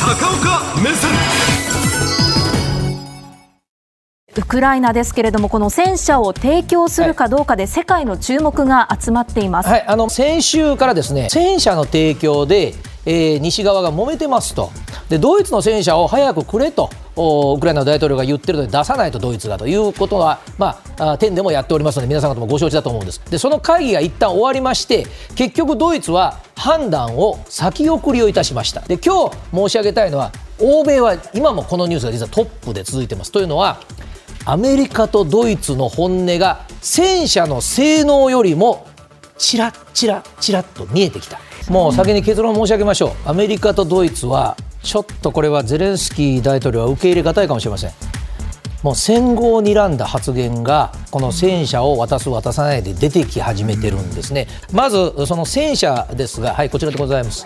高岡目線。 ウクライナですけれども、この戦車を提供するかどうかで世界の注目が集まっています。 先週からですね、戦車の提供で、西側が揉めてますと。でドイツの戦車を早くくれとウクライナの大統領が言ってるので出さないとドイツがということは、点でもやっておりますので皆さん方もご承知だと思うんです。でその会議が一旦終わりまして、結局ドイツは判断を先送りをいたしました。で今日申し上げたいのは、欧米は今もこのニュースが実はトップで続いてます。というのは、アメリカとドイツの本音が戦車の性能よりもチラッチラッチラッと見えてきた。もう先に結論申し上げましょう。アメリカとドイツはちょっとこれはゼレンスキー大統領は受け入れがたいかもしれません。もう戦後を睨んだ発言がこの戦車を渡す渡さないで出てき始めてるんですね。まずその戦車ですが、こちらでございます。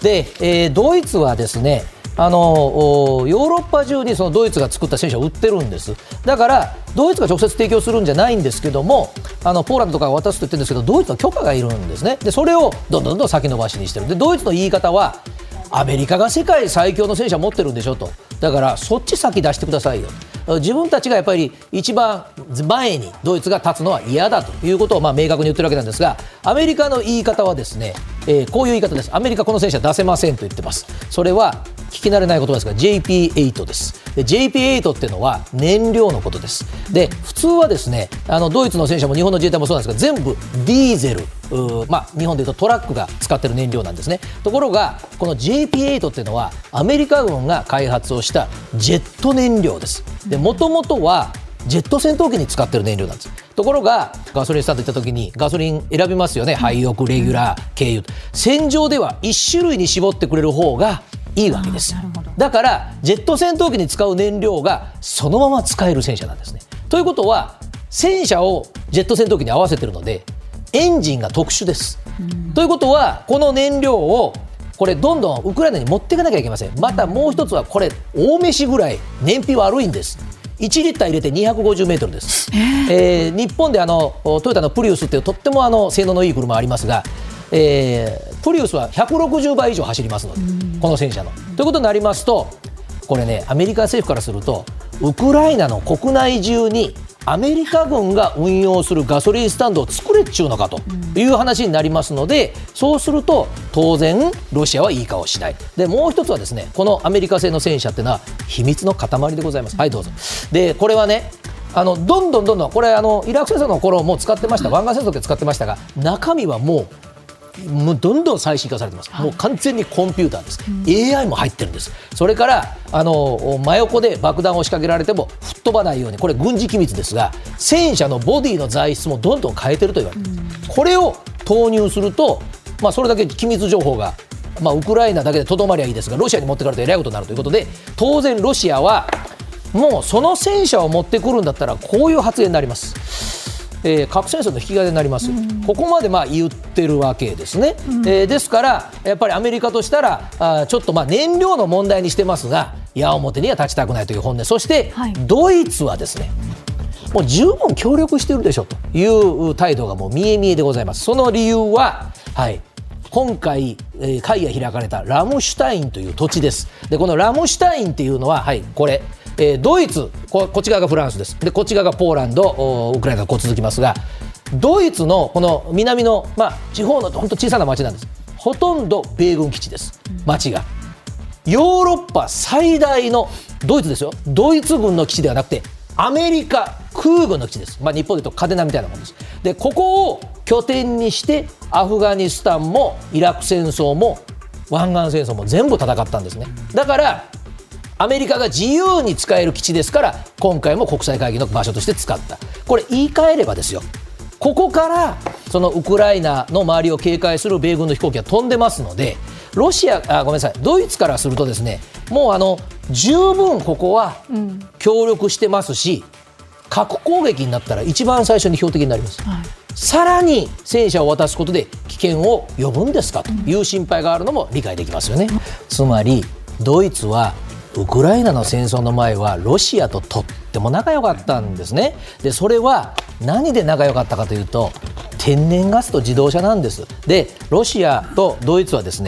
で、ドイツはですね、ヨーロッパ中にそのドイツが作った戦車を売ってるんです。だからドイツが直接提供するんじゃないんですけども、ポーランドとかが渡すと言ってるんですけど、ドイツの許可がいるんですね。でそれをどんどん先延ばしにしてる。でドイツの言い方は、アメリカが世界最強の戦車持ってるんでしょと。だからそっち先出してくださいよ。自分たちがやっぱり一番前にドイツが立つのは嫌だということを明確に言ってるわけなんですが、アメリカの言い方はですね、こういう言い方です。アメリカこの戦車出せませんと言ってます。それは聞き慣れない言葉ですが JP8 です。で JP8 っていうのは燃料のことです。で普通はですね、ドイツの戦車も日本の自衛隊もそうなんですが、全部ディーゼル、日本でいうとトラックが使ってる燃料なんですね。ところがこの JP8 っていうのはアメリカ軍が開発をしたジェット燃料です。でもともとはジェット戦闘機に使ってる燃料なんです。ところがガソリンスタンド行った時にガソリン選びますよね。廃油、レギュラー、軽油。戦場では1種類に絞ってくれる方がいいわけです。だからジェット戦闘機に使う燃料がそのまま使える戦車なんですね。ということは戦車をジェット戦闘機に合わせてるのでエンジンが特殊です。ということはこの燃料をこれどんどんウクライナに持っていかなきゃいけません。またもう一つはこれ大飯ぐらい燃費悪いんです。1リッター入れて250メートルです。日本でトヨタのプリウスっていうとっても性能のいい車ありますが、プリウスは160倍以上走りますので、この戦車のということになりますと、これね、アメリカ政府からするとウクライナの国内中にアメリカ軍が運用するガソリンスタンドを作れっちゅうのかという話になりますので、そうすると当然ロシアはいい顔しない。でもう一つはですね、このアメリカ製の戦車っていうのは秘密の塊でございます。はいどうぞ。でこれはね、どんどんこれイラク戦争の頃も使ってました。湾岸戦争で使ってましたが、中身はもうどんどん最新化されてます。もう完全にコンピューターです。AI も入ってるんです。それから真横で爆弾を仕掛けられても吹っ飛ばないように、これ軍事機密ですが、戦車のボディの材質もどんどん変えてると言われています。これを投入すると、それだけ機密情報が、ウクライナだけでとどまりゃいいですが、ロシアに持ってかれるとえらいことになるということで、当然ロシアはもうその戦車を持ってくるんだったらこういう発言になります。核戦争の引き金になります。ここまで言ってるわけですね。ですからやっぱりアメリカとしたらちょっと燃料の問題にしてますが、矢面には立ちたくないという本音。そして、ドイツはですね、もう十分協力してるでしょという態度がもう見え見えでございます。その理由は、今回、会議が開かれたラムシュタインという土地です。でこのラムシュタインというのは、これドイツ、こっち側がフランスです。でこっち側がポーランド、ウクライナがこう続きますが、ドイツのこの南の、地方の本当小さな町なんです。ほとんど米軍基地です。町がヨーロッパ最大のドイツですよ。ドイツ軍の基地ではなくてアメリカ空軍の基地です。日本でいうと嘉手納みたいなものです。でここを拠点にしてアフガニスタンもイラク戦争も湾岸戦争も全部戦ったんですね。だからアメリカが自由に使える基地ですから、今回も国際会議の場所として使った。これ言い換えればですよ、ここからそのウクライナの周りを警戒する米軍の飛行機が飛んでますので、ドイツからするとですね、もう十分ここは協力してますし、核攻撃になったら一番最初に標的になります。さらに戦車を渡すことで危険を呼ぶんですかという心配があるのも理解できますよね。つまりドイツはウクライナの戦争の前はロシアととっても仲良かったんですね。でそれは何で仲良かったかというと、天然ガスと自動車なんです。でロシアとドイツはですね、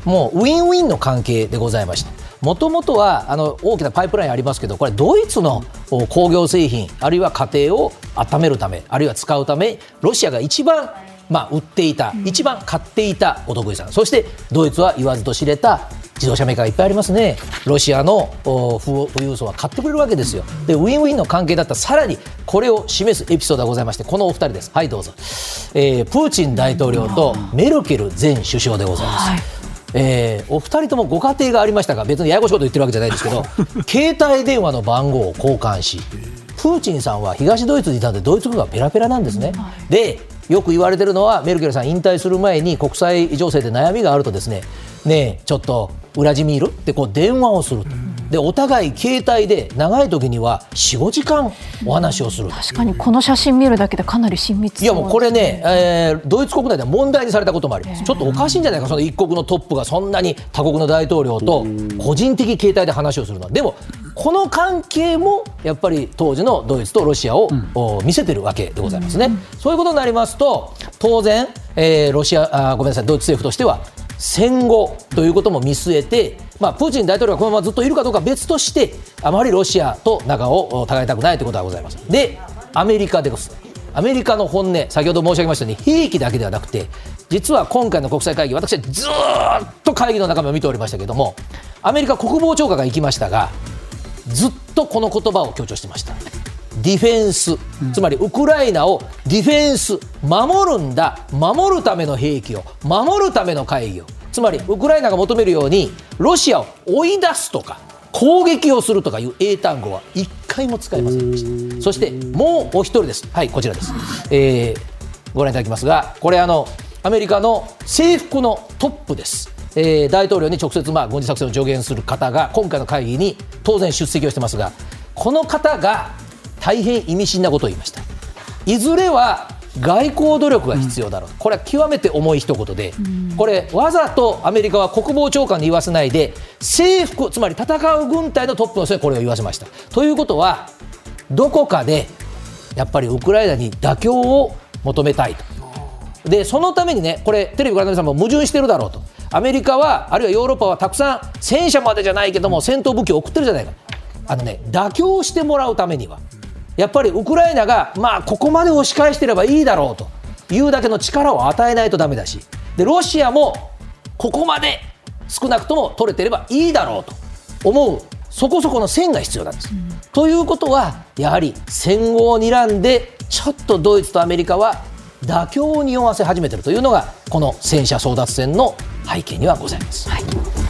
もうウィンウィンの関係でございました。もともとは大きなパイプラインありますけど、これドイツの工業製品あるいは家庭を温めるためあるいは使うためロシアが一番売っていた、一番買っていたお得意さん、そしてドイツは言わずと知れた自動車メーカーがいっぱいありますね。ロシアの富裕層は買ってくれるわけですよ。でウィンウィンの関係だったらさらにこれを示すエピソードがございまして、このお二人です。はいどうぞ。プーチン大統領とメルケル前首相でございます。お二人ともご家庭がありましたが、別にややこしいこと言ってるわけじゃないですけど携帯電話の番号を交換し、プーチンさんは東ドイツにいたのでドイツ語がペラペラなんですね。でよく言われてるのは、メルケルさん引退する前に国際情勢で悩みがあるとですね、ねえちょっとウラジミールってこう電話をすると。でお互い携帯で長い時には 4,5 時間お話をする。 確かにこの写真見るだけでかなり親密そうですね。 いやもうこれね、ドイツ国内では問題にされたこともあります。ちょっとおかしいんじゃないか、その一国のトップがそんなに他国の大統領と個人的携帯で話をするのは。でもこの関係もやっぱり当時のドイツとロシアを見せてるわけでございますね。そういうことになりますと当然、ドイツ政府としては戦後ということも見据えて、プーチン大統領がこのままずっといるかどうかは別として、あまりロシアと仲を違いたくないということがございます。でアメリカです。アメリカの本音、先ほど申し上げましたように兵器だけではなくて、実は今回の国際会議、私はずっと会議の中身を見ておりましたけれども、アメリカ国防長官が行きましたがずっとこの言葉を強調してました。ディフェンス、つまりウクライナをディフェンス、守るんだ、守るための兵器を守るための会議を、つまりウクライナが求めるようにロシアを追い出すとか攻撃をするとかいう英単語は一回も使いませんでした。そしてもうお一人です。はいこちらです。ご覧いただきますが、これアメリカの制服のトップです。大統領に直接軍事作戦を助言する方が今回の会議に当然出席をしてますが、この方が大変意味深なことを言いました。いずれは外交努力が必要だろう、これは極めて重い一言で、これわざとアメリカは国防長官に言わせないで制服、つまり戦う軍隊のトップの人にこれを言わせました。ということはどこかでやっぱりウクライナに妥協を求めたいと。でそのためにね、これテレビご覧の皆さんも矛盾してるだろうと。アメリカはあるいはヨーロッパはたくさん戦車までじゃないけども戦闘武器を送ってるじゃないか。妥協してもらうためにはやっぱりウクライナがここまで押し返してればいいだろうというだけの力を与えないとダメだし、でロシアもここまで少なくとも取れてればいいだろうと思うそこそこの線が必要なんです。ということはやはり戦後を睨んでちょっとドイツとアメリカは妥協を匂わせ始めているというのがこの戦車争奪戦の背景にはございます。はい。